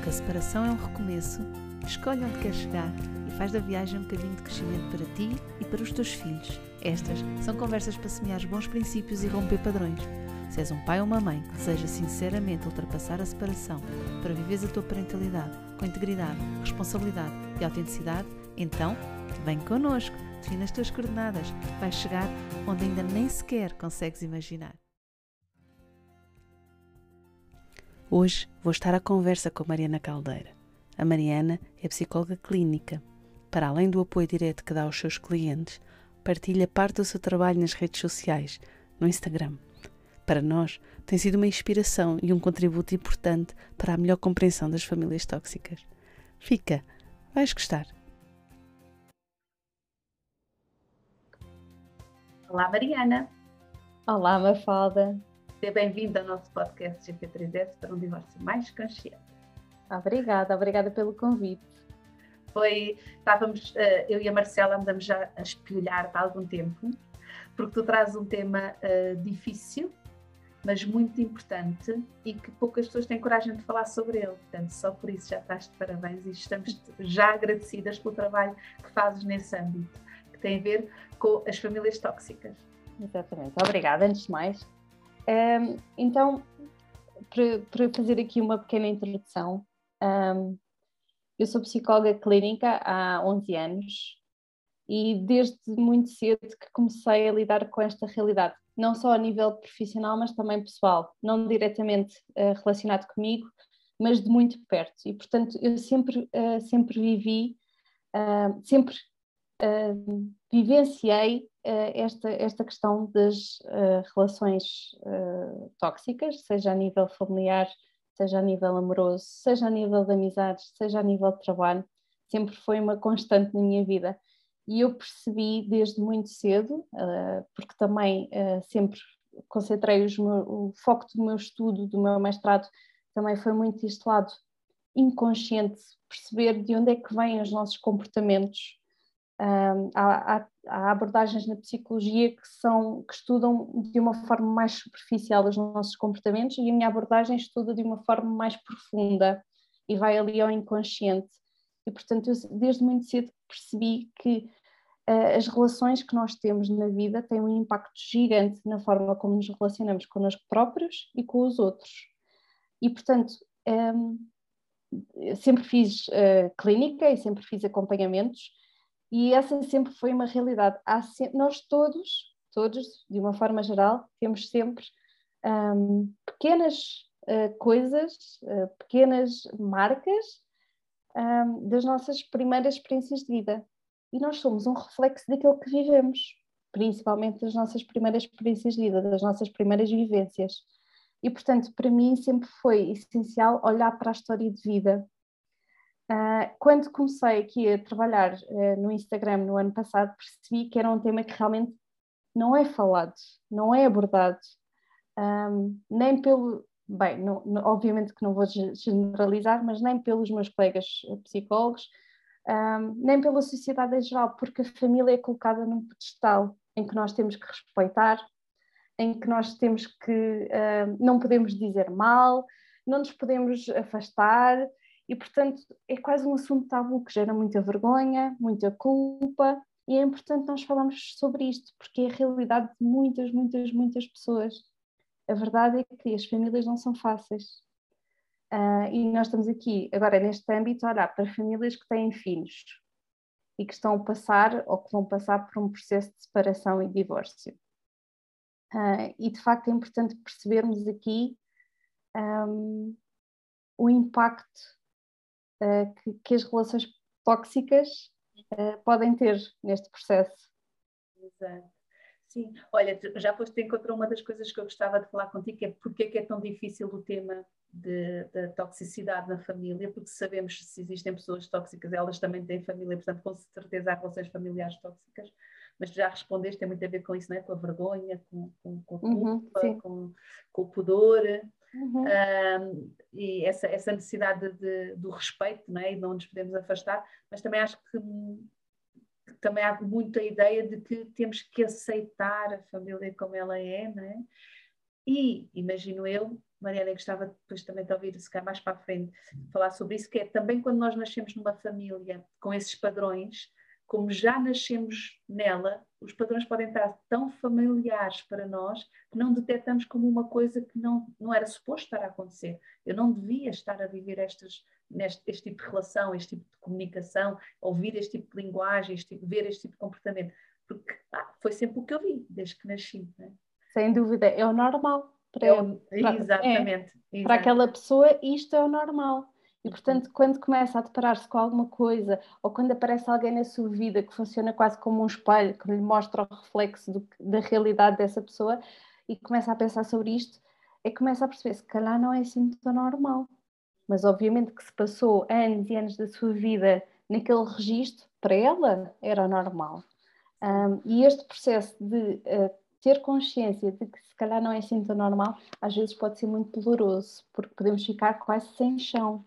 porque a separação é um recomeço, escolhe onde queres chegar e faz da viagem um caminho de crescimento para ti e para os teus filhos. Estas são conversas para semear bons princípios e romper padrões. Se és um pai ou uma mãe que deseja sinceramente ultrapassar a separação para viveres a tua parentalidade com integridade, responsabilidade e autenticidade, então vem connosco, define as tuas coordenadas, vais chegar onde ainda nem sequer consegues imaginar. Hoje vou estar à conversa com a Mariana Caldeira. A Mariana é psicóloga clínica. Para além do apoio direto que dá aos seus clientes, partilha parte do seu trabalho nas redes sociais, no Instagram. Para nós, tem sido uma inspiração e um contributo importante para a melhor compreensão das famílias tóxicas. Fica, vais gostar. Olá, Mariana. Olá, Mafalda. Seja bem-vinda ao nosso podcast GP3S para um divórcio mais consciente. Obrigada pelo convite. Estávamos, eu e a Marcela andamos já a espelhar-te há algum tempo, porque tu trazes um tema difícil, mas muito importante e que poucas pessoas têm coragem de falar sobre ele. Portanto, só por isso já estás de parabéns e estamos já agradecidas pelo trabalho que fazes nesse âmbito, que tem a ver com as famílias tóxicas. Exatamente. Obrigada, antes de mais. Então, para fazer aqui uma pequena introdução, eu sou psicóloga clínica há 11 anos e desde muito cedo que comecei a lidar com esta realidade, não só a nível profissional, mas também pessoal, não diretamente relacionado comigo, mas de muito perto. E, portanto, eu sempre vivi, vivenciei esta questão das relações tóxicas, seja a nível familiar, seja a nível amoroso, seja a nível de amizades, seja a nível de trabalho, sempre foi uma constante na minha vida. E eu percebi desde muito cedo, porque também sempre concentrei o foco do meu estudo, do meu mestrado, também foi muito este lado inconsciente, perceber de onde é que vêm os nossos comportamentos. Há abordagens na psicologia que estudam de uma forma mais superficial os nossos comportamentos e a minha abordagem estuda de uma forma mais profunda e vai ali ao inconsciente. E, portanto, eu desde muito cedo percebi que as relações que nós temos na vida têm um impacto gigante na forma como nos relacionamos connosco próprios e com os outros. E, portanto, sempre fiz clínica e sempre fiz acompanhamentos. E essa sempre foi uma realidade. Nós todos, de uma forma geral, temos sempre pequenas coisas, pequenas marcas das nossas primeiras experiências de vida. E nós somos um reflexo daquilo que vivemos, principalmente das nossas primeiras experiências de vida, das nossas primeiras vivências. E, portanto, para mim sempre foi essencial olhar para a história de vida. Quando comecei aqui a trabalhar no Instagram no ano passado, percebi que era um tema que realmente não é falado, não é abordado, nem pelo... Bem, obviamente que não vou generalizar, mas nem pelos meus colegas psicólogos, nem pela sociedade em geral, porque a família é colocada num pedestal em que nós temos que respeitar, em que nós temos que... não podemos dizer mal, não nos podemos afastar. E, portanto, é quase um assunto tabu que gera muita vergonha, muita culpa, e é importante nós falarmos sobre isto, porque é a realidade de muitas pessoas. A verdade é que as famílias não são fáceis. E nós estamos aqui, agora, neste âmbito, a olhar para famílias que têm filhos e que estão a passar ou que vão passar por um processo de separação e divórcio. E, de facto, é importante percebermos aqui o impacto que as relações tóxicas podem ter neste processo. Exato. Sim, olha, já foste de encontro a uma das coisas que eu gostava de falar contigo, que é porque é que é tão difícil o tema da toxicidade na família, porque sabemos que se existem pessoas tóxicas, elas também têm família, portanto, com certeza há relações familiares tóxicas, mas já respondeste, tem muito a ver com isso, não é? Com a vergonha, com a culpa, com o pudor. E essa necessidade do respeito, não é? E não nos podemos afastar, mas também acho que também há muito a ideia de que temos que aceitar a família como ela é, não é? E imagino eu, Mariana, eu gostava depois também de ouvir, se calhar mais para a frente, falar sobre isso, que é também quando nós nascemos numa família com esses padrões, como já nascemos nela, os padrões podem estar tão familiares para nós que não detectamos como uma coisa que não era suposto estar a acontecer. Eu não devia estar a viver este tipo de relação, este tipo de comunicação, ouvir este tipo de linguagem, ver este tipo de comportamento, porque foi sempre o que eu vi desde que nasci. Não é? Sem dúvida, é o normal Exatamente. Para aquela pessoa, isto é o normal. E, portanto, quando começa a deparar-se com alguma coisa, ou quando aparece alguém na sua vida que funciona quase como um espelho, que lhe mostra o reflexo da realidade dessa pessoa, e começa a pensar sobre isto, é que começa a perceber, se calhar não é assim tão normal. Mas, obviamente, que se passou anos e anos da sua vida naquele registro, para ela era normal. E este processo de ter consciência de que se calhar não é assim tão normal, às vezes pode ser muito doloroso, porque podemos ficar quase sem chão.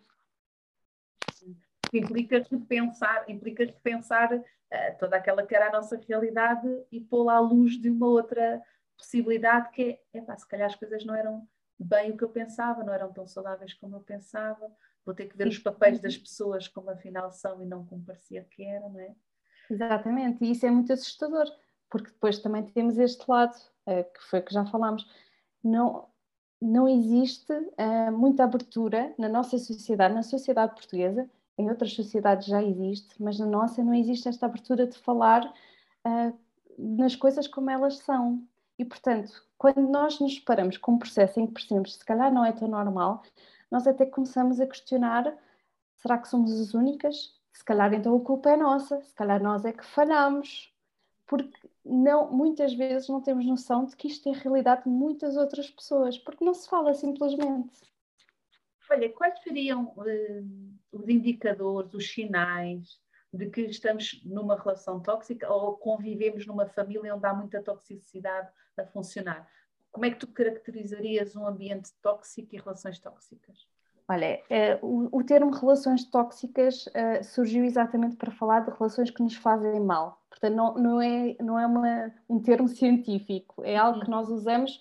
Implica repensar toda aquela que era a nossa realidade e pô-la à luz de uma outra possibilidade que se calhar as coisas não eram bem o que eu pensava, não eram tão saudáveis como eu pensava, vou ter que ver os papéis das pessoas como afinal são e não como parecia que eram, não é? Exatamente, e isso é muito assustador, porque depois também temos este lado, que foi que já falámos, não existe muita abertura na nossa sociedade, na sociedade portuguesa, em outras sociedades já existe, mas na nossa não existe esta abertura de falar nas coisas como elas são. E, portanto, quando nós nos deparamos com um processo em que percebemos que se calhar não é tão normal, nós até começamos a questionar, será que somos as únicas? Se calhar então a culpa é nossa, se calhar nós é que falhamos, porque muitas vezes não temos noção de que isto é a realidade de muitas outras pessoas, porque não se fala simplesmente. Olha, quais seriam os indicadores, os sinais de que estamos numa relação tóxica ou convivemos numa família onde há muita toxicidade a funcionar? Como é que tu caracterizarias um ambiente tóxico e relações tóxicas? Olha, o termo relações tóxicas surgiu exatamente para falar de relações que nos fazem mal. Portanto, não é um termo científico, é algo que nós usamos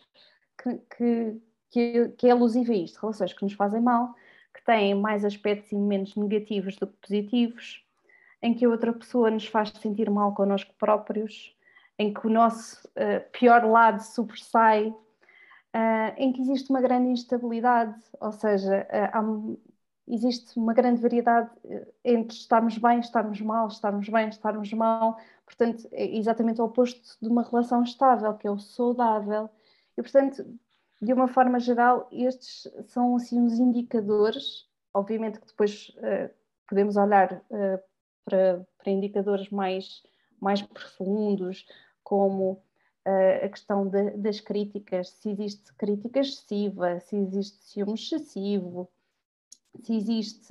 que é alusivo a isto. Relações que nos fazem mal, que têm mais aspectos e menos negativos do que positivos, em que a outra pessoa nos faz sentir mal connosco próprios, em que o nosso pior lado sobressai, em que existe uma grande instabilidade, ou seja, existe uma grande variedade entre estarmos bem, estarmos mal, estarmos bem, estarmos mal. Portanto, é exatamente o oposto de uma relação estável, que é o saudável. E, portanto, de uma forma geral, estes são assim uns indicadores. Obviamente que depois podemos olhar para indicadores mais profundos, como a questão das críticas, se existe crítica excessiva, se existe ciúme excessivo, se existe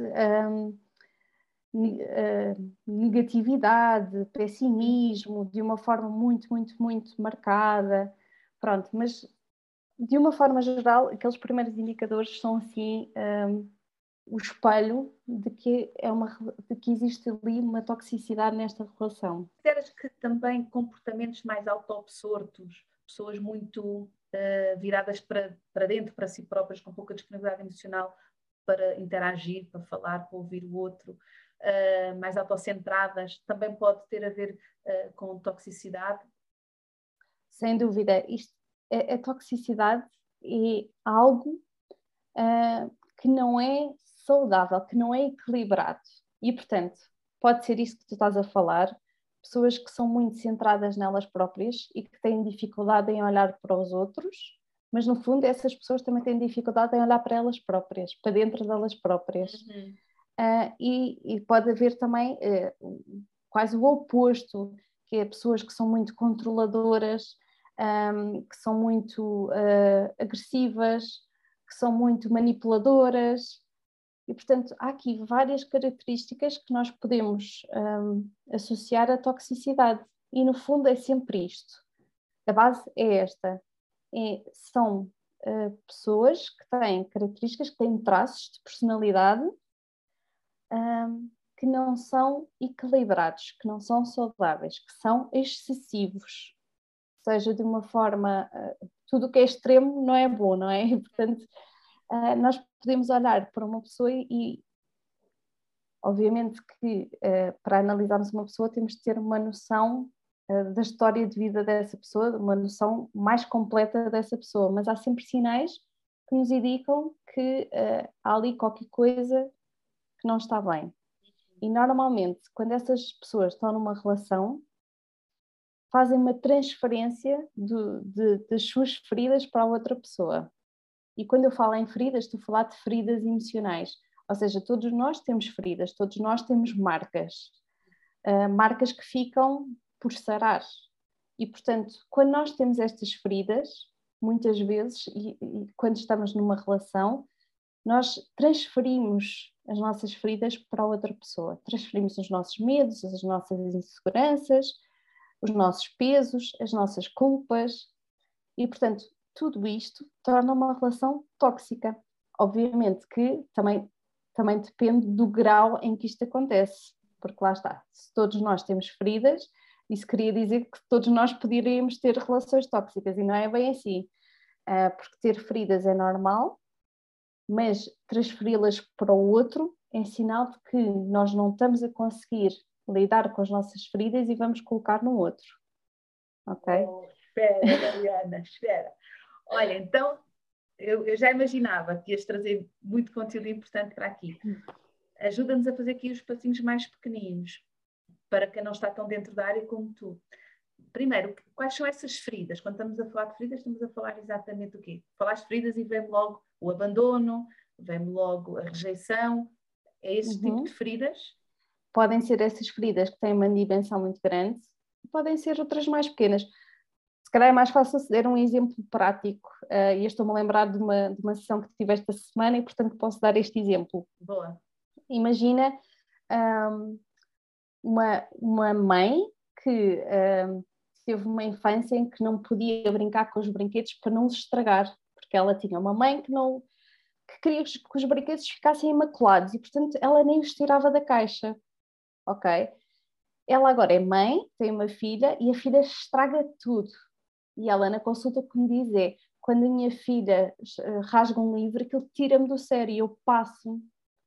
negatividade, pessimismo, de uma forma muito, muito, muito marcada. Pronto, mas de uma forma geral, aqueles primeiros indicadores são assim o espelho de que existe ali uma toxicidade nesta relação. Consideras que também comportamentos mais autoabsortos, pessoas muito viradas para dentro, para si próprias, com pouca disponibilidade emocional para interagir, para falar, para ouvir o outro, mais autocentradas, também pode ter a ver com toxicidade? Sem dúvida, a toxicidade é algo que não é saudável, que não é equilibrado. E, portanto, pode ser isso que tu estás a falar, pessoas que são muito centradas nelas próprias e que têm dificuldade em olhar para os outros, mas, no fundo, essas pessoas também têm dificuldade em olhar para elas próprias, para dentro delas próprias. E pode haver também quase o oposto, que é pessoas que são muito controladoras, que são muito agressivas, que são muito manipuladoras. E, portanto, há aqui várias características que nós podemos associar à toxicidade. E, no fundo, é sempre isto. A base é esta. São pessoas que têm características, que têm traços de personalidade que não são equilibrados, que não são saudáveis, que são excessivos. Seja de uma forma tudo o que é extremo não é bom, não é? E, portanto, nós podemos olhar para uma pessoa e obviamente que para analisarmos uma pessoa temos de ter uma noção da história de vida dessa pessoa, uma noção mais completa dessa pessoa, mas há sempre sinais que nos indicam que há ali qualquer coisa que não está bem. E normalmente, quando essas pessoas estão numa relação, fazem uma transferência das suas feridas para a outra pessoa. E quando eu falo em feridas, estou a falar de feridas emocionais. Ou seja, todos nós temos feridas, todos nós temos marcas. Marcas que ficam por sarar. E, portanto, quando nós temos estas feridas, muitas vezes, e quando estamos numa relação, nós transferimos as nossas feridas para a outra pessoa. Transferimos os nossos medos, as nossas inseguranças, os nossos pesos, as nossas culpas. E, portanto, tudo isto torna uma relação tóxica. Obviamente que também depende do grau em que isto acontece. Porque lá está, se todos nós temos feridas, isso queria dizer que todos nós poderíamos ter relações tóxicas, e não é bem assim. Porque ter feridas é normal, mas transferi-las para o outro é sinal de que nós não estamos a conseguir lidar com as nossas feridas e vamos colocar no outro. Ok? Espera, Mariana, espera. Olha, então, eu já imaginava que ias trazer muito conteúdo importante para aqui. Ajuda-nos a fazer aqui os passinhos mais pequeninos, para quem não está tão dentro da área como tu. Primeiro, quais são essas feridas? Quando estamos a falar de feridas, estamos a falar exatamente o quê? Falaste de feridas e vem-me logo o abandono, vem-me logo a rejeição. É esse tipo de feridas? Podem ser essas feridas que têm uma dimensão muito grande, podem ser outras mais pequenas. Se calhar é mais fácil dar um exemplo prático. E eu estou-me a lembrar de uma sessão que tive esta semana e, portanto, posso dar este exemplo. Boa. Imagina uma mãe que teve uma infância em que não podia brincar com os brinquedos para não os estragar, porque ela tinha uma mãe que queria que os brinquedos ficassem imaculados e, portanto, ela nem os tirava da caixa, ok? Ela agora é mãe, tem uma filha e a filha estraga tudo. E ela na consulta que me diz é, quando a minha filha rasga um livro, aquilo tira-me do sério e eu passo-me.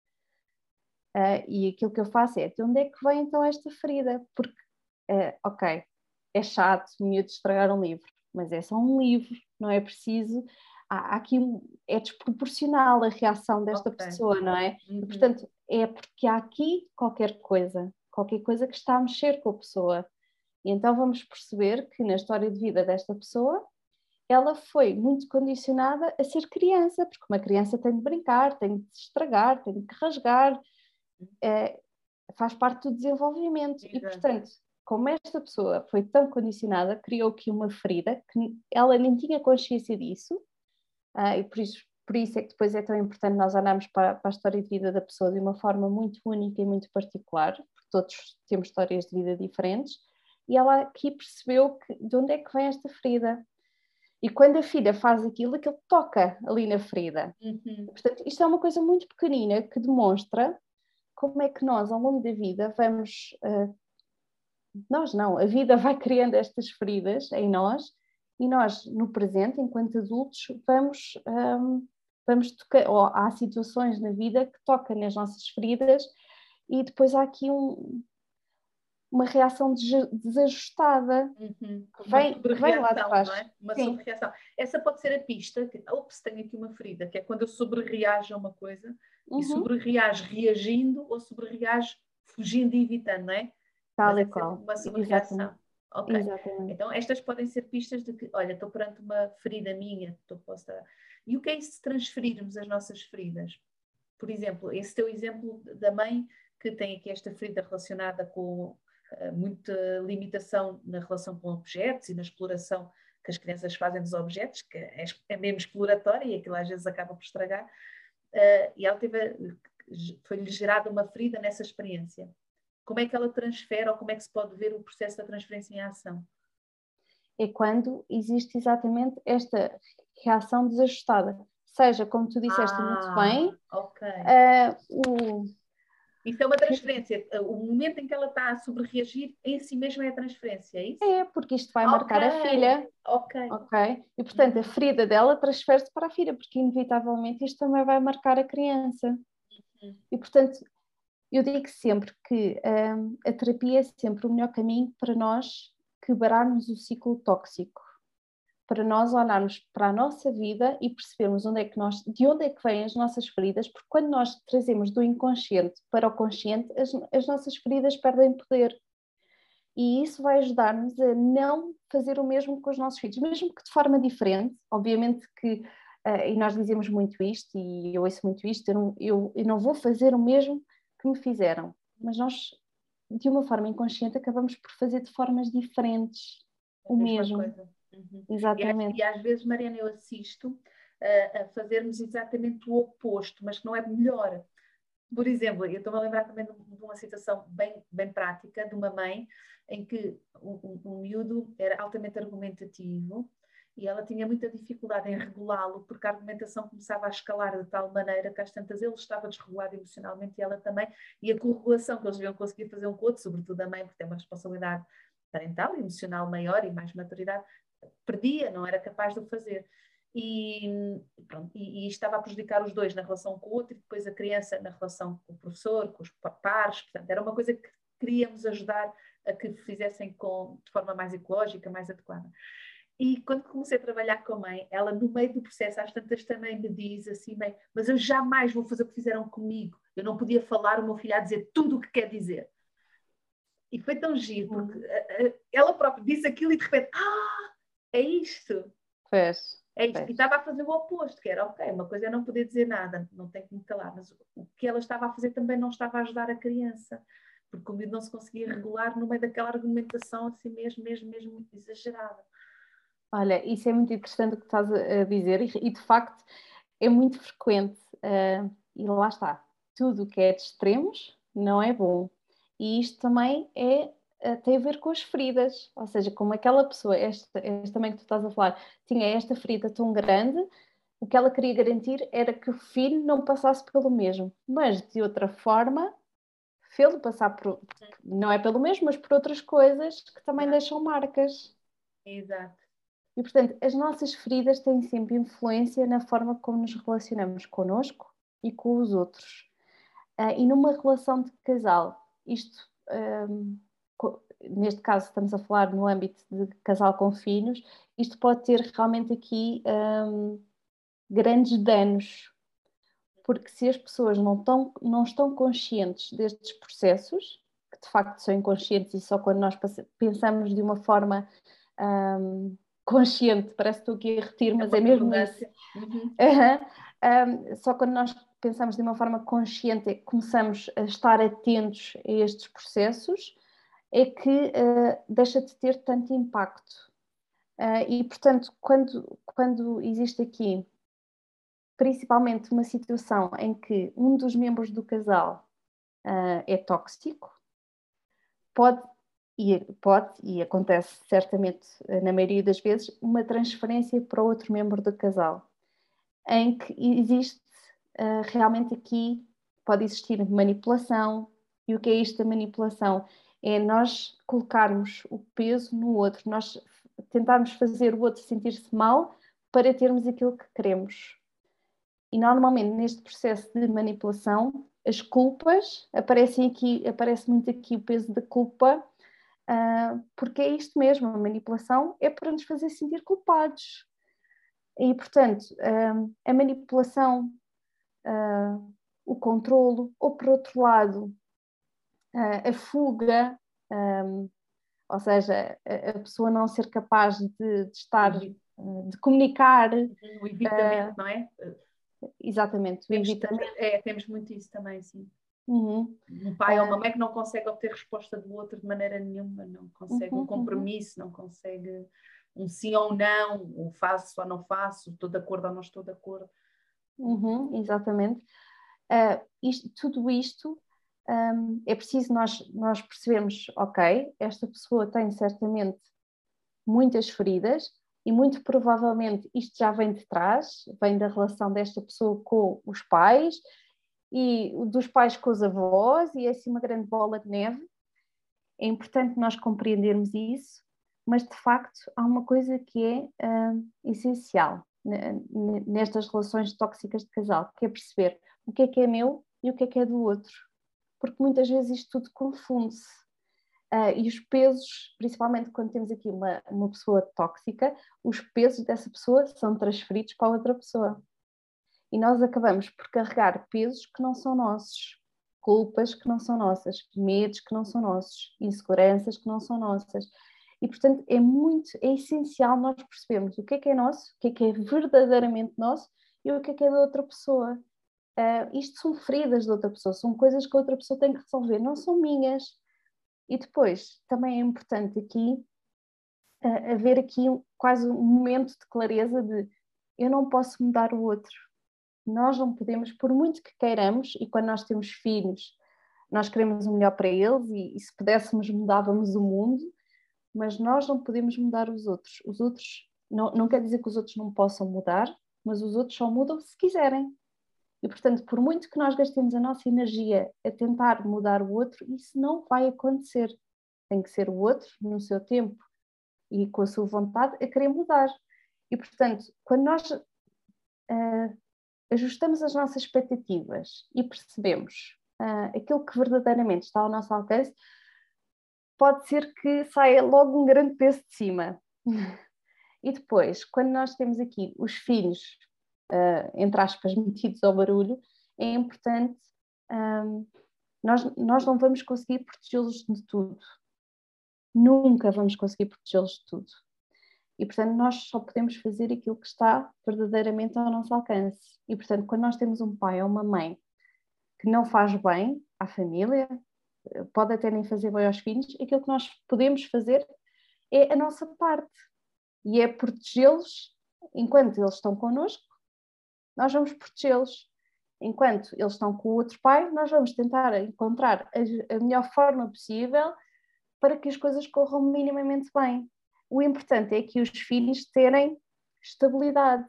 E aquilo que eu faço é, de onde é que vem então esta ferida? Porque, ok, é chato o miúdo estragar um livro, mas é só um livro, não é preciso... Aqui é desproporcional a reação desta pessoa, não é? E, portanto, é porque há aqui qualquer coisa que está a mexer com a pessoa. E então vamos perceber que na história de vida desta pessoa, ela foi muito condicionada a ser criança, porque uma criança tem de brincar, tem de se estragar, tem de rasgar, faz parte do desenvolvimento. Exato. E, portanto, como esta pessoa foi tão condicionada, criou aqui uma ferida que ela nem tinha consciência disso, e por isso é que depois é tão importante nós olharmos para a história de vida da pessoa de uma forma muito única e muito particular, porque todos temos histórias de vida diferentes, e ela aqui percebeu de onde é que vem esta ferida. E quando a filha faz aquilo toca ali na ferida. Portanto, isto é uma coisa muito pequenina que demonstra como é que nós, ao longo da vida, vamos... a vida vai criando estas feridas em nós, e nós, no presente, enquanto adultos, vamos tocar, ou há situações na vida que tocam nas nossas feridas e depois há aqui uma reação desajustada que vem lá de trás. Não é? Uma sobre-reação. Essa pode ser a pista, que, ops, tenho aqui uma ferida, que é quando eu sobre-reajo a uma coisa e sobre-reajo reagindo ou sobre-reajo fugindo e evitando, não é? Tal e qual. Uma sobre-reação. Ok. Exatamente. Então estas podem ser pistas de que, olha, estou perante uma ferida minha. E o que é isso de transferirmos as nossas feridas? Por exemplo, esse teu exemplo da mãe que tem aqui esta ferida relacionada com muita limitação na relação com objetos e na exploração que as crianças fazem dos objetos, que é mesmo exploratória e aquilo às vezes acaba por estragar, e ela foi-lhe gerada uma ferida nessa experiência. Como é que ela transfere ou como é que se pode ver o processo da transferência em ação? É quando existe exatamente esta reação desajustada. Seja, como tu disseste muito bem, ok. Isso é uma transferência. O momento em que ela está a sobrereagir, em si mesmo é a transferência, é isso? É, porque isto vai marcar a filha. Ok. E portanto a ferida dela transfere-se para a filha, porque inevitavelmente isto também vai marcar a criança. E portanto eu digo sempre que a terapia é sempre o melhor caminho para nós quebrarmos o ciclo tóxico, para nós olharmos para a nossa vida e percebermos de onde é que vêm as nossas feridas, porque quando nós trazemos do inconsciente para o consciente, as nossas feridas perdem poder. E isso vai ajudar-nos a não fazer o mesmo com os nossos filhos, mesmo que de forma diferente. Obviamente que, e nós dizemos muito isto, e eu ouço muito isto, eu não vou fazer o mesmo que me fizeram, mas nós, de uma forma inconsciente, acabamos por fazer de formas diferentes o mesmo. Coisa. Exatamente. E às vezes, Mariana, eu assisto a fazermos exatamente o oposto, mas que não é melhor. Por exemplo, eu estou-me a lembrar também de uma situação bem prática de uma mãe em que o miúdo era altamente argumentativo e ela tinha muita dificuldade em regulá-lo porque a argumentação começava a escalar de tal maneira que às tantas ele estava desregulado emocionalmente e ela também, e a correlação que eles deviam conseguir fazer um com o outro, sobretudo a mãe, porque tem uma responsabilidade parental, emocional maior e mais maturidade, perdia, não era capaz de o fazer. Pronto, e estava a prejudicar os dois na relação com o outro e depois a criança na relação com o professor, com os pares. Portanto, era uma coisa que queríamos ajudar a que fizessem de forma mais ecológica, mais adequada. E quando comecei a trabalhar com a mãe, ela no meio do processo às tantas também me diz assim, bem, mas eu jamais vou fazer o que fizeram comigo. Eu não podia falar o meu filho a dizer tudo o que quer dizer. E foi tão giro, porque ela própria disse aquilo e de repente, é isto. Fez. É isto. E estava a fazer o oposto, que era, ok, uma coisa é não poder dizer nada, não tem que me calar, mas o que ela estava a fazer também não estava a ajudar a criança, porque o miúdo não se conseguia regular no meio daquela argumentação assim mesmo exagerada. Olha, isso é muito interessante o que estás a dizer e de facto é muito frequente e lá está, tudo o que é de extremos não é bom e isto também tem a ver com as feridas, ou seja, como aquela pessoa, esta mãe que tu estás a falar, tinha esta ferida tão grande, o que ela queria garantir era que o filho não passasse pelo mesmo, mas de outra forma fê-lo passar não é pelo mesmo, mas por outras coisas que também deixam marcas. Exato. E, portanto, as nossas feridas têm sempre influência na forma como nos relacionamos connosco e com os outros. E numa relação de casal, neste caso estamos a falar no âmbito de casal com filhos, isto pode ter realmente aqui grandes danos, porque se as pessoas não estão conscientes destes processos, que de facto são inconscientes e só quando nós pensamos de uma forma consciente, parece que estou aqui a repetir, mas é mesmo isso. Só quando nós pensamos de uma forma consciente, começamos a estar atentos a estes processos, é que deixa de ter tanto impacto. E, portanto, quando existe aqui, principalmente uma situação em que um dos membros do casal é tóxico, pode, e acontece certamente na maioria das vezes, uma transferência para outro membro do casal, em que existe realmente aqui, pode existir manipulação. E o que é isto da manipulação? É nós colocarmos o peso no outro, nós tentarmos fazer o outro sentir-se mal para termos aquilo que queremos. E normalmente neste processo de manipulação, as culpas aparece muito aqui o peso da culpa, porque é isto mesmo, a manipulação é para nos fazer sentir culpados. E, portanto, a manipulação, o controlo, ou por outro lado, a fuga, ou seja, a pessoa não ser capaz de estar, de comunicar. O evitamento, não é? Exatamente, o evitamento. Temos muito isso também, sim. Um pai ou uma mãe que não consegue obter resposta do outro de maneira nenhuma, não consegue um compromisso, não consegue um sim ou não, um faço ou não faço, estou de acordo ou não estou de acordo. Exatamente. Tudo isto é preciso nós percebermos, ok, esta pessoa tem certamente muitas feridas e muito provavelmente isto já vem de trás, vem da relação desta pessoa com os pais e dos pais com os avós, e é assim uma grande bola de neve. É importante nós compreendermos isso, mas de facto há uma coisa que é essencial nestas relações tóxicas de casal, que é perceber o que é meu e o que é do outro, porque muitas vezes isto tudo confunde-se. E os pesos, principalmente quando temos aqui uma pessoa tóxica, os pesos dessa pessoa são transferidos para a outra pessoa. E nós acabamos por carregar pesos que não são nossos, culpas que não são nossas, medos que não são nossos, inseguranças que não são nossas. E, portanto, é essencial nós percebermos o que é nosso, o que é verdadeiramente nosso e o que é da outra pessoa. Isto são feridas da outra pessoa, são coisas que a outra pessoa tem que resolver, não são minhas. E depois, também é importante aqui haver aqui quase um momento de clareza de eu não posso mudar o outro. Nós não podemos, por muito que queiramos, e quando nós temos filhos, nós queremos o melhor para eles e se pudéssemos mudávamos o mundo, mas nós não podemos mudar os outros. Os outros, não quer dizer que os outros não possam mudar, mas os outros só mudam se quiserem. E, portanto, por muito que nós gastemos a nossa energia a tentar mudar o outro, isso não vai acontecer. Tem que ser o outro, no seu tempo e com a sua vontade, a querer mudar. E, portanto, quando nós ajustamos as nossas expectativas e percebemos aquilo que verdadeiramente está ao nosso alcance, pode ser que saia logo um grande peso de cima. E depois, quando nós temos aqui os filhos, entre aspas, metidos ao barulho, é importante, nós não vamos conseguir protegê-los de tudo. Nunca vamos conseguir protegê-los de tudo. E, portanto, nós só podemos fazer aquilo que está verdadeiramente ao nosso alcance. E, portanto, quando nós temos um pai ou uma mãe que não faz bem à família, pode até nem fazer bem aos filhos, aquilo que nós podemos fazer é a nossa parte. E é protegê-los enquanto eles estão connosco, nós vamos protegê-los. Enquanto eles estão com o outro pai, nós vamos tentar encontrar a melhor forma possível para que as coisas corram minimamente bem. O importante é que os filhos terem estabilidade.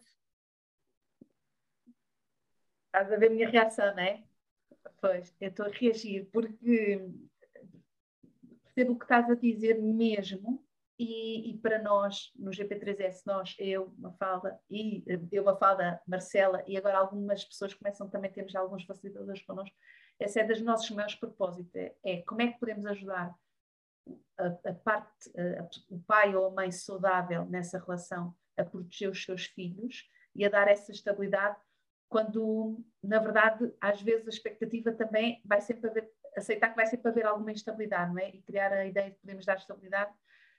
Estás a ver a minha reação, não é? Pois, eu estou a reagir porque percebo o que estás a dizer mesmo e para nós, no GP3S, eu, Mafalda, Marcela e agora algumas pessoas começam também, temos alguns facilitadores connosco, esse é dos nossos maiores propósitos, é como é que podemos ajudar o pai ou a mãe saudável nessa relação a proteger os seus filhos e a dar essa estabilidade quando, na verdade, às vezes a expectativa também vai sempre haver, aceitar que vai sempre haver alguma instabilidade, não é? E criar a ideia de que podemos dar estabilidade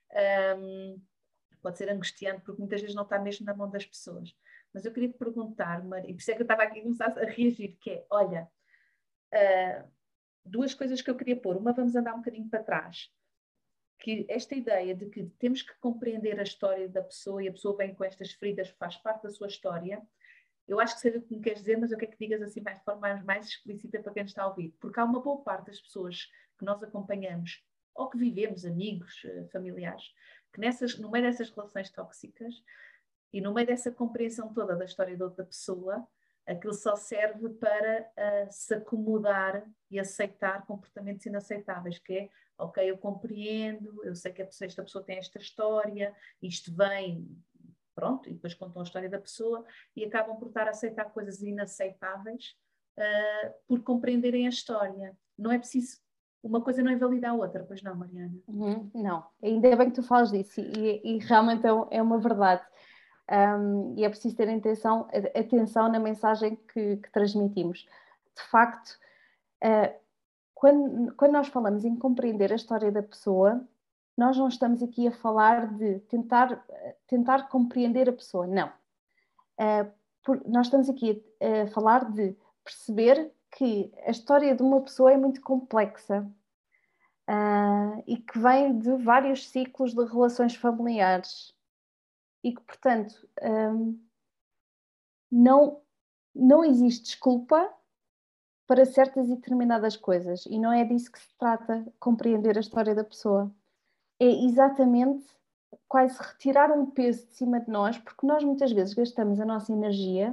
pode ser angustiante porque muitas vezes não está mesmo na mão das pessoas. Mas eu queria te perguntar, e por isso é que eu estava aqui a começar a reagir, que é, olha, duas coisas que eu queria pôr. Uma, vamos andar um bocadinho para trás. Que esta ideia de que temos que compreender a história da pessoa e a pessoa vem com estas feridas, faz parte da sua história, eu acho que seja o que me queres dizer, mas eu quero que digas assim de forma mais explícita para quem está a ouvir. Porque há uma boa parte das pessoas que nós acompanhamos, ou que vivemos, amigos, familiares, que no meio dessas relações tóxicas e no meio dessa compreensão toda da história da outra pessoa, aquilo só serve para se acomodar e aceitar comportamentos inaceitáveis, que é, ok, eu compreendo, eu sei que esta pessoa tem esta história, isto vem, pronto, e depois contam a história da pessoa e acabam por estar a aceitar coisas inaceitáveis por compreenderem a história. Não é preciso, uma coisa não invalida a outra, pois não, Mariana? Não, ainda bem que tu falas disso e realmente é uma verdade. E é preciso ter atenção na mensagem que transmitimos. De facto, quando nós falamos em compreender a história da pessoa, nós não estamos aqui a falar de tentar compreender a pessoa, não. Nós estamos aqui a falar de perceber que a história de uma pessoa é muito complexa e que vem de vários ciclos de relações familiares. E que, portanto, não existe desculpa para certas e determinadas coisas. E não é disso que se trata, compreender a história da pessoa. É exatamente quase retirar um peso de cima de nós, porque nós muitas vezes gastamos a nossa energia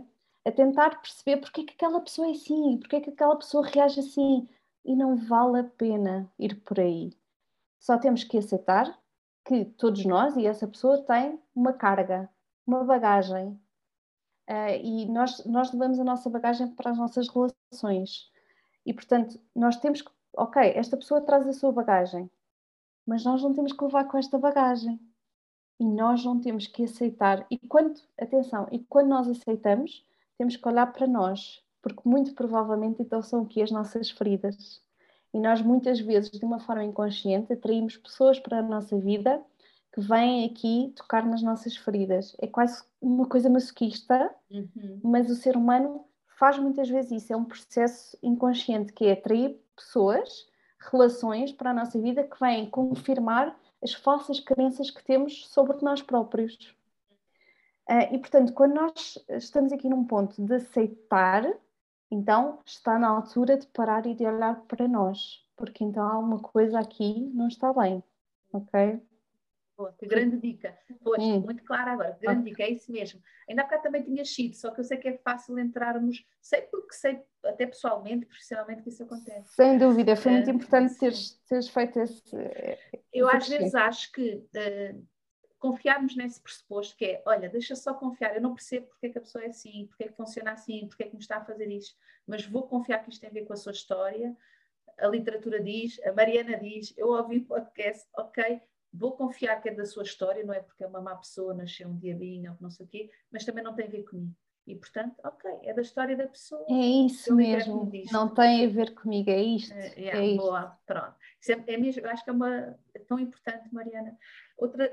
a tentar perceber porque é que aquela pessoa é assim, porque é que aquela pessoa reage assim, e não vale a pena ir por aí. Só temos que aceitar que todos nós e essa pessoa têm uma carga, uma bagagem, e nós levamos a nossa bagagem para as nossas relações. E, portanto, nós temos que, ok, esta pessoa traz a sua bagagem, mas nós não temos que levar com esta bagagem. E nós não temos que aceitar. E quando nós aceitamos, temos que olhar para nós, porque muito provavelmente então são aqui as nossas feridas. E nós muitas vezes, de uma forma inconsciente, atraímos pessoas para a nossa vida que vêm aqui tocar nas nossas feridas. É quase uma coisa masoquista, mas o ser humano faz muitas vezes isso. É um processo inconsciente que é atrair pessoas, relações para a nossa vida que vêm confirmar as falsas crenças que temos sobre nós próprios. E, portanto, quando nós estamos aqui num ponto de aceitar, então está na altura de parar e de olhar para nós, porque então alguma coisa aqui não está bem, ok? Boa, que grande dica. Pois, muito clara agora, que grande dica, é isso mesmo. Ainda há bocado também tinha sido, só que eu sei que é fácil entrarmos, sei porque sei, até pessoalmente, profissionalmente, que isso acontece. Sem dúvida, foi muito importante teres feito esse. Eu às vezes acho que confiarmos nesse pressuposto que é, olha, deixa só confiar, eu não percebo porque é que a pessoa é assim, porque é que funciona assim, porque é que me está a fazer isto, mas vou confiar que isto tem a ver com a sua história, a literatura diz, a Mariana diz, eu ouvi o podcast, ok, vou confiar que é da sua história, não é porque é uma má pessoa, nasceu um diabinho ou não sei o quê, mas também não tem a ver comigo. E, portanto, ok, é da história da pessoa. É isso mesmo, não tem a ver comigo, é isto. É isto. Boa, pronto. Isso é mesmo, eu acho que é tão importante, Mariana. Outra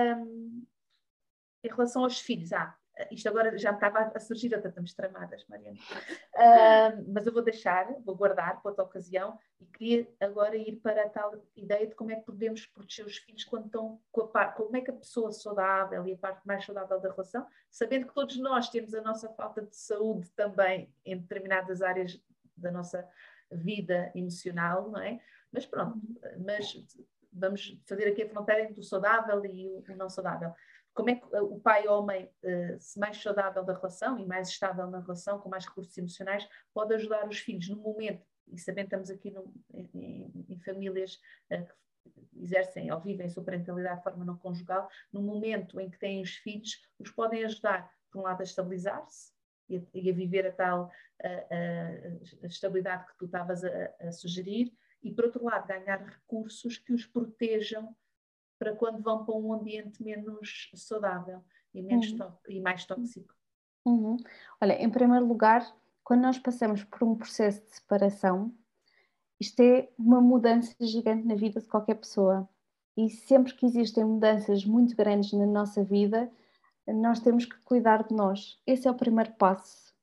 em relação aos filhos, isto agora já me estava a surgir, estamos tramadas, Mariana. Mas eu vou guardar para outra ocasião e queria agora ir para a tal ideia de como é que podemos proteger os filhos quando estão com a parte, como é que a pessoa saudável e a parte mais saudável da relação, sabendo que todos nós temos a nossa falta de saúde também em determinadas áreas da nossa vida emocional, não é? Mas pronto, vamos fazer aqui a fronteira entre o saudável e o não saudável. Como é que o pai ou a mãe, se mais saudável da relação e mais estável na relação, com mais recursos emocionais, pode ajudar os filhos no momento, e sabendo que estamos aqui em famílias que exercem ou vivem sua parentalidade de forma não conjugal, no momento em que têm os filhos, os podem ajudar, por um lado, a estabilizar-se e a viver a tal a estabilidade que tu estavas a sugerir, e, por outro lado, ganhar recursos que os protejam para quando vão para um ambiente menos saudável e mais tóxico. Olha, em primeiro lugar, quando nós passamos por um processo de separação, isto é uma mudança gigante na vida de qualquer pessoa. E sempre que existem mudanças muito grandes na nossa vida, nós temos que cuidar de nós. Esse é o primeiro passo.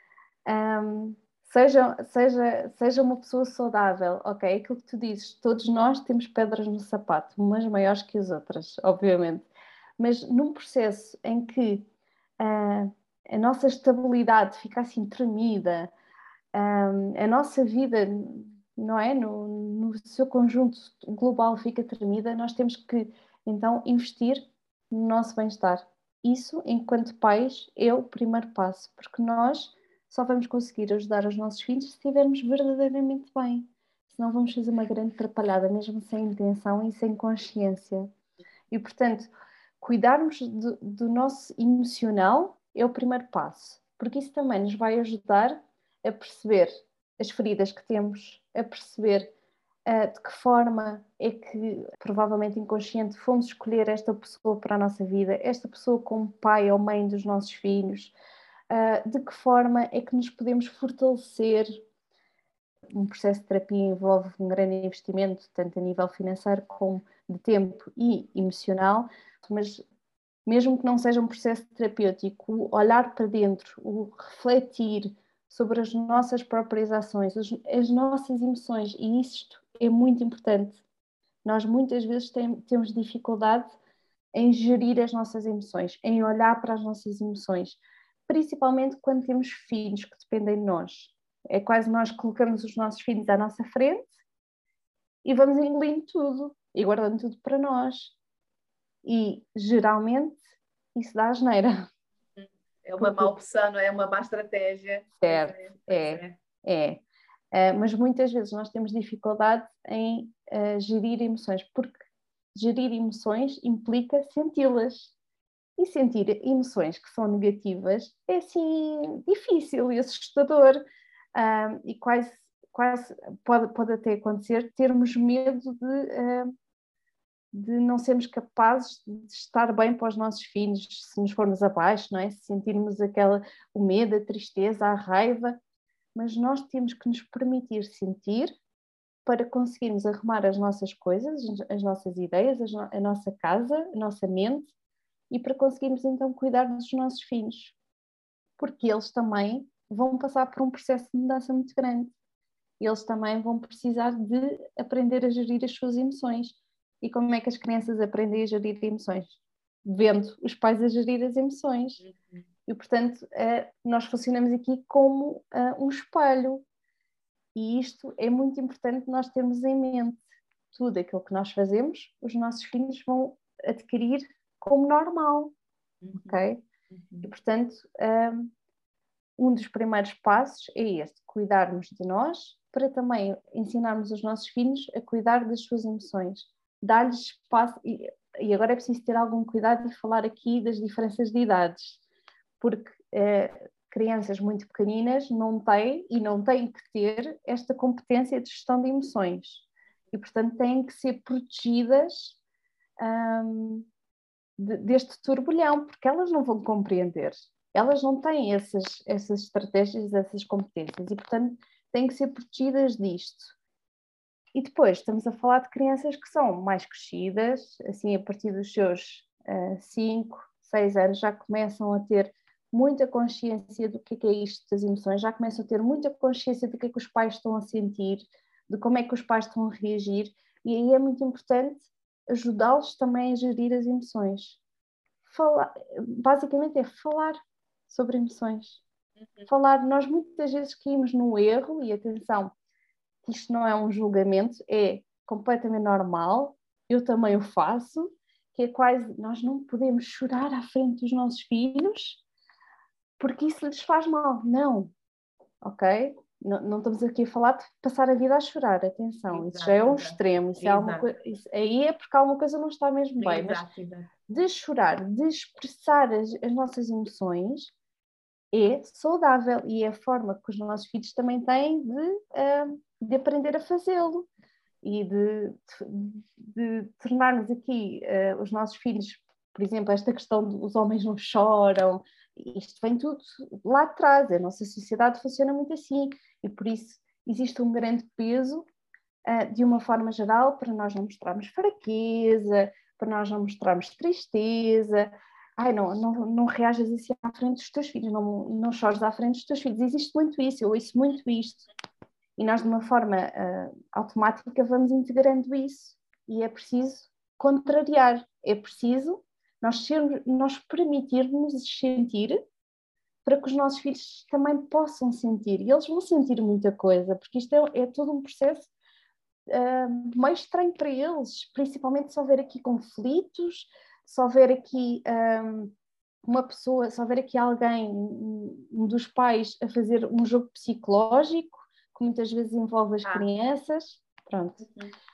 Seja uma pessoa saudável, ok? Aquilo que tu dizes, todos nós temos pedras no sapato, umas maiores que as outras, obviamente. Mas num processo em que a nossa estabilidade fica assim tremida, a nossa vida, não é? No seu conjunto global fica tremida, nós temos que então investir no nosso bem-estar. Isso, enquanto pais, é o primeiro passo, porque nós só vamos conseguir ajudar os nossos filhos se estivermos verdadeiramente bem. Senão vamos fazer uma grande atrapalhada, mesmo sem intenção e sem consciência. E, portanto, cuidarmos do nosso emocional é o primeiro passo, porque isso também nos vai ajudar a perceber as feridas que temos, a perceber de que forma é que, provavelmente inconsciente, fomos escolher esta pessoa para a nossa vida, esta pessoa como pai ou mãe dos nossos filhos, de que forma é que nos podemos fortalecer. Um processo de terapia envolve um grande investimento, tanto a nível financeiro como de tempo e emocional, mas mesmo que não seja um processo terapêutico, o olhar para dentro, o refletir sobre as nossas próprias ações, as nossas emoções, e isto é muito importante. Nós muitas vezes temos dificuldade em gerir as nossas emoções, em olhar para as nossas emoções, principalmente quando temos filhos que dependem de nós. É quase nós colocamos os nossos filhos à nossa frente e vamos engolindo tudo e guardando tudo para nós. E geralmente isso dá asneira. É uma má opção, não é? É uma má estratégia. Certo, É. Mas muitas vezes nós temos dificuldade em gerir emoções, porque gerir emoções implica senti-las. E sentir emoções que são negativas é assim difícil e assustador. E quase pode até acontecer termos medo de não sermos capazes de estar bem para os nossos filhos, se nos formos abaixo, não é? Se sentirmos o medo, a tristeza, a raiva, mas nós temos que nos permitir sentir para conseguirmos arrumar as nossas coisas, as nossas ideias, a nossa casa, a nossa mente, e para conseguirmos então cuidar dos nossos filhos, porque eles também vão passar por um processo de mudança muito grande. Eles também vão precisar de aprender a gerir as suas emoções. E como é que as crianças aprendem a gerir emoções? Vendo os pais a gerir as emoções. E, portanto, nós funcionamos aqui como um espelho. E isto é muito importante nós termos em mente. Tudo aquilo que nós fazemos, os nossos filhos vão adquirir como normal. Ok? E, portanto, um dos primeiros passos é este, cuidarmos de nós, para também ensinarmos os nossos filhos a cuidar das suas emoções, dar-lhes espaço, e agora é preciso ter algum cuidado e falar aqui das diferenças de idades, porque crianças muito pequeninas não têm e não têm que ter esta competência de gestão de emoções, e portanto têm que ser protegidas deste turbilhão, porque elas não vão compreender. Elas não têm essas estratégias, essas competências e, portanto, têm que ser protegidas disto. E depois estamos a falar de crianças que são mais crescidas, assim, a partir dos seus 5, 6 anos, já começam a ter muita consciência do que é isto das emoções, já começam a ter muita consciência do que é que os pais estão a sentir, de como é que os pais estão a reagir, e aí é muito importante ajudá-los também a gerir as emoções. Basicamente é falar sobre emoções. Nós muitas vezes caímos num erro, e atenção, isto não é um julgamento, é completamente normal, eu também o faço, que é quase, nós não podemos chorar à frente dos nossos filhos, porque isso lhes faz mal. Não, ok? Não estamos aqui a falar de passar a vida a chorar, atenção, isso já é um extremo, isso aí é porque alguma coisa não está mesmo bem, mas de chorar, de expressar as nossas emoções é saudável e é a forma que os nossos filhos também têm de aprender a fazê-lo e de tornarmos aqui os nossos filhos, por exemplo, esta questão dos homens não choram, isto vem tudo lá atrás, a nossa sociedade funciona muito assim e por isso existe um grande peso de uma forma geral para nós não mostrarmos fraqueza, para nós não mostrarmos tristeza. Ai, não reajas assim à frente dos teus filhos, não chores à frente dos teus filhos. Existe muito isso, eu ouço muito isto. E nós, de uma forma automática, vamos integrando isso. E é preciso contrariar, é preciso nós permitirmos sentir para que os nossos filhos também possam sentir. E eles vão sentir muita coisa, porque isto é todo um processo meio estranho para eles, principalmente se houver aqui conflitos, se houver aqui uma pessoa, se houver aqui alguém, um dos pais, a fazer um jogo psicológico, que muitas vezes envolve as crianças. Pronto.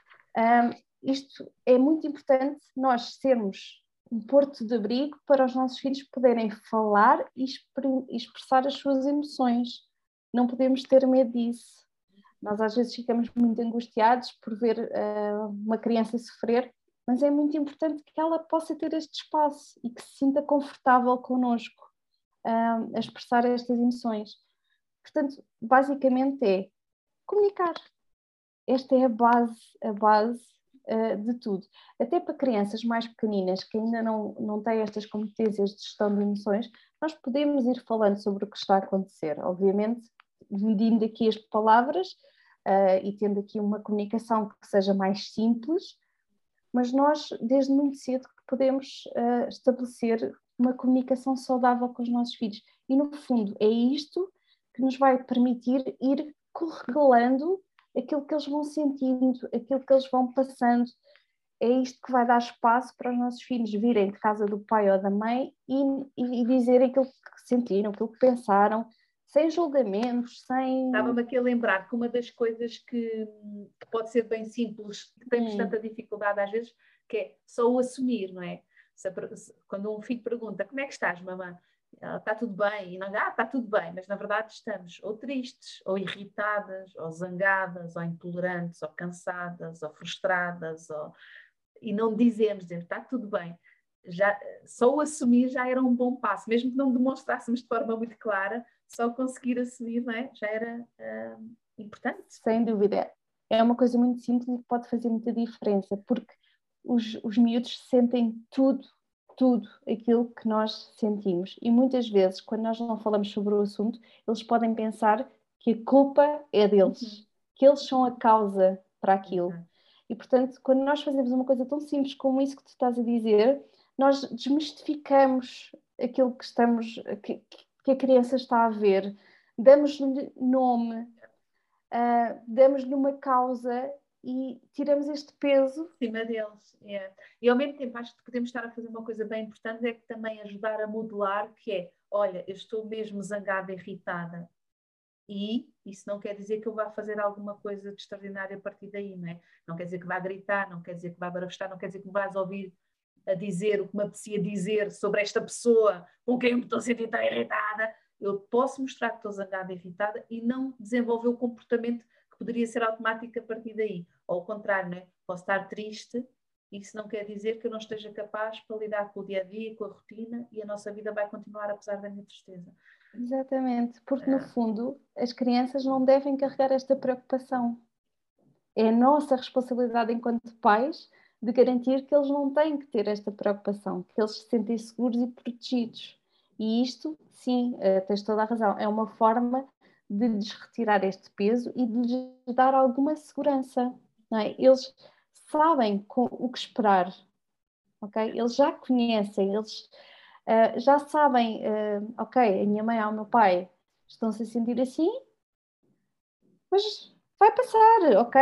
Isto é muito importante, nós sermos um porto de abrigo para os nossos filhos poderem falar e expressar as suas emoções. Não podemos ter medo disso. Nós às vezes ficamos muito angustiados por ver uma criança sofrer, mas é muito importante que ela possa ter este espaço e que se sinta confortável connosco a expressar estas emoções. Portanto, basicamente é comunicar. Esta é a base de tudo. Até para crianças mais pequeninas que ainda não têm estas competências de gestão de emoções, nós podemos ir falando sobre o que está a acontecer. Obviamente, medindo aqui as palavras e tendo aqui uma comunicação que seja mais simples, mas nós, desde muito cedo, que podemos estabelecer uma comunicação saudável com os nossos filhos. E, no fundo, é isto que nos vai permitir ir correlando aquilo que eles vão sentindo, aquilo que eles vão passando. é isto que vai dar espaço para os nossos filhos virem de casa do pai ou da mãe e dizerem aquilo que sentiram, aquilo que pensaram, sem julgamentos, sem... Estava-me aqui a lembrar que uma das coisas que pode ser bem simples, que temos tanta dificuldade às vezes, que é só o assumir, não é? Quando um filho pergunta, como é que estás, mamãe? Está tudo bem, e nós, está tudo bem, mas na verdade estamos ou tristes, ou irritadas, ou zangadas, ou intolerantes, ou cansadas, ou frustradas, e não dizemos, está tudo bem. Só o assumir já era um bom passo, mesmo que não demonstrássemos de forma muito clara, só conseguir assumir, não é? Já era importante. Sem dúvida. É uma coisa muito simples e que pode fazer muita diferença, porque os miúdos sentem tudo aquilo que nós sentimos. E muitas vezes, quando nós não falamos sobre o assunto, eles podem pensar que a culpa é deles, que eles são a causa para aquilo. E, portanto, quando nós fazemos uma coisa tão simples como isso que tu estás a dizer, nós desmistificamos aquilo que a criança está a ver, damos-lhe nome, damos-lhe uma causa e tiramos este peso em cima deles. E ao mesmo tempo acho que podemos estar a fazer uma coisa bem importante, é que também ajudar a modelar, que é, olha, eu estou mesmo zangada, irritada, e isso não quer dizer que eu vá fazer alguma coisa de extraordinária a partir daí, não é? Não quer dizer que vá gritar, não quer dizer que vá barafustar, não quer dizer que me vais ouvir a dizer o que me apetecia dizer sobre esta pessoa com quem eu me estou a sentir tão irritada. Eu posso mostrar que estou zangada e irritada e não desenvolver o comportamento que poderia ser automático a partir daí. Ou ao contrário, não é? Posso estar triste, isso não quer dizer que eu não esteja capaz para lidar com o dia-a-dia, com a rotina, e a nossa vida vai continuar apesar da minha tristeza. Exatamente, porque no fundo as crianças não devem carregar esta preocupação. É a nossa responsabilidade enquanto pais de garantir que eles não têm que ter esta preocupação, que eles se sentem seguros e protegidos. E isto, sim, tens toda a razão, é uma forma de lhes retirar este peso e de lhes dar alguma segurança, não é? Eles sabem o que esperar, ok? Eles já conhecem, eles já sabem, ok, a minha mãe ou o meu pai estão-se a sentir assim, mas vai passar, ok?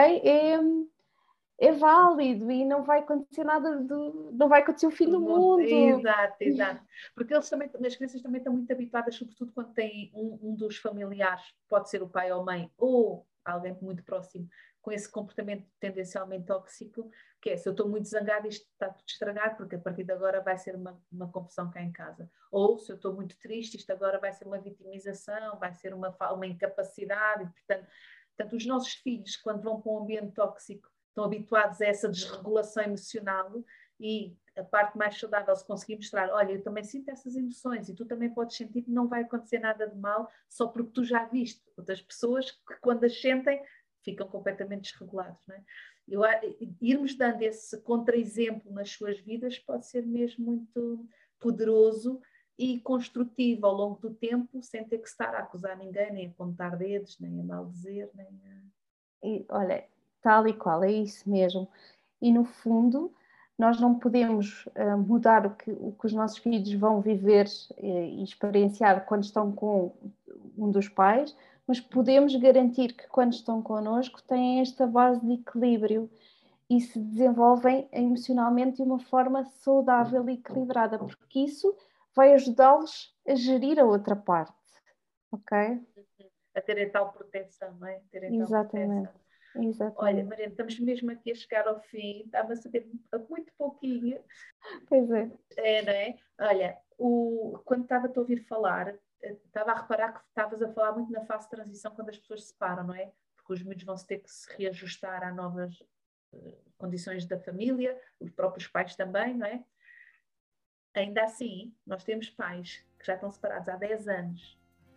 É válido e não vai acontecer nada, não vai acontecer o fim do mundo. Exato. Porque as crianças também estão muito habituadas, sobretudo quando têm um dos familiares, pode ser o pai ou a mãe, ou alguém muito próximo, com esse comportamento tendencialmente tóxico, que é, se eu estou muito zangada, isto está tudo estragado, porque a partir de agora vai ser uma confusão cá em casa. Ou, se eu estou muito triste, isto agora vai ser uma vitimização, vai ser uma incapacidade. Portanto, os nossos filhos, quando vão para um ambiente tóxico, estão habituados a essa desregulação emocional, e a parte mais saudável, se conseguir mostrar, olha, eu também sinto essas emoções e tu também podes sentir, que não vai acontecer nada de mal, só porque tu já viste outras pessoas que, quando as sentem, ficam completamente desregulados, não é? Irmos dando esse contra-exemplo nas suas vidas pode ser mesmo muito poderoso e construtivo ao longo do tempo, sem ter que estar a acusar ninguém, nem a apontar dedos, nem a maldizer, nem a... E, olha, tal e qual, é isso mesmo. E no fundo, nós não podemos mudar o que os nossos filhos vão viver e experienciar quando estão com um dos pais, mas podemos garantir que quando estão connosco têm esta base de equilíbrio e se desenvolvem emocionalmente de uma forma saudável e equilibrada, porque isso vai ajudá-los a gerir a outra parte, ok? A terem tal proteção, não é? Exatamente. Olha, Mariana, estamos mesmo aqui a chegar ao fim, estava a saber muito pouquinho. Pois é. É, não é? Olha, quando estava-te a ouvir falar, estava a reparar que estavas a falar muito na fase de transição, quando as pessoas se separam, não é? Porque os miúdos vão se ter que se reajustar a novas condições da família, os próprios pais também, não é? Ainda assim, nós temos pais que já estão separados há 10 anos,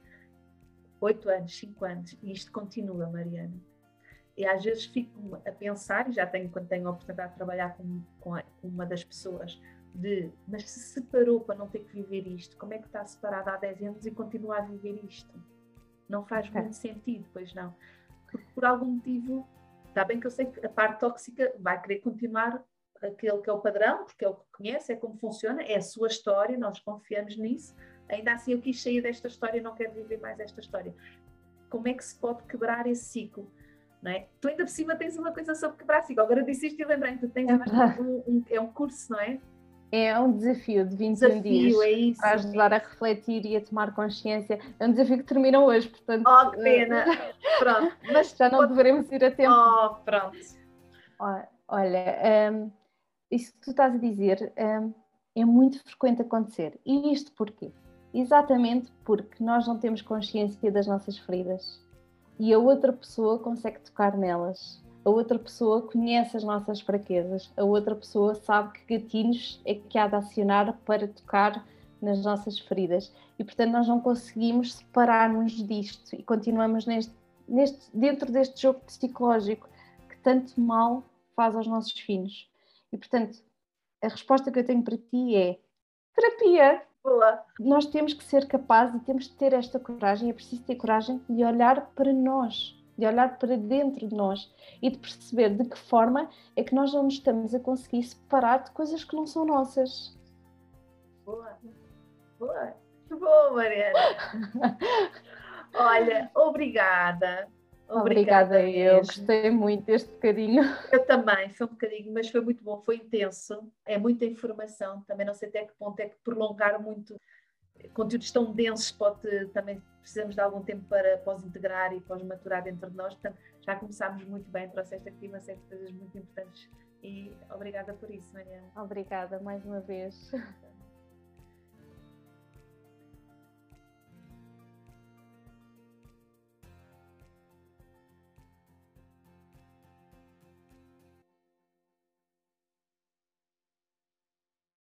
8 anos, 5 anos, e isto continua, Mariana. E às vezes fico a pensar, e já quando tenho a oportunidade de trabalhar com uma das pessoas, mas se separou para não ter que viver isto, como é que está separada há 10 anos e continua a viver isto? Não faz muito sentido, pois não. Porque por algum motivo, está bem que eu sei que a parte tóxica vai querer continuar aquele que é o padrão, porque é o que conhece, é como funciona, é a sua história, nós confiamos nisso. Ainda assim eu quis sair desta história e não quero viver mais esta história. Como é que se pode quebrar esse ciclo? não é? Tu ainda por cima tens uma coisa sobre quebrar-ciclo. Agora disse isto e lembrei-me, tu tens é um curso, não é? É um desafio de 21 dias é isso, para ajudar a refletir e a tomar consciência. É um desafio que termina hoje, portanto... Oh, que pena! Pronto, mas já não deveremos ir a tempo. Oh, pronto. Olha, isso que tu estás a dizer é muito frequente acontecer. E isto porquê? Exatamente porque nós não temos consciência das nossas feridas. E a outra pessoa consegue tocar nelas. A outra pessoa conhece as nossas fraquezas, a outra pessoa sabe que gatilhos é que há de acionar para tocar nas nossas feridas. E, portanto, nós não conseguimos separar-nos disto e continuamos dentro deste jogo psicológico que tanto mal faz aos nossos filhos. E, portanto, a resposta que eu tenho para ti é terapia. Boa. Nós temos que ser capazes e temos que ter esta coragem, é preciso ter coragem de olhar para nós, de olhar para dentro de nós e de perceber de que forma é que nós não nos estamos a conseguir separar de coisas que não são nossas. Boa, boa, muito boa, Mariana. Olha, obrigada. Obrigada eu, gostei muito deste bocadinho. Eu também, foi um bocadinho, mas foi muito bom, foi intenso, é muita informação, também não sei até que ponto é que prolongar muito conteúdos tão densos também precisamos de algum tempo para pós-integrar e pós-maturar dentro de nós, portanto já começámos muito bem, trouxeste aqui uma série de coisas muito importantes e obrigada por isso, Mariana. Obrigada mais uma vez.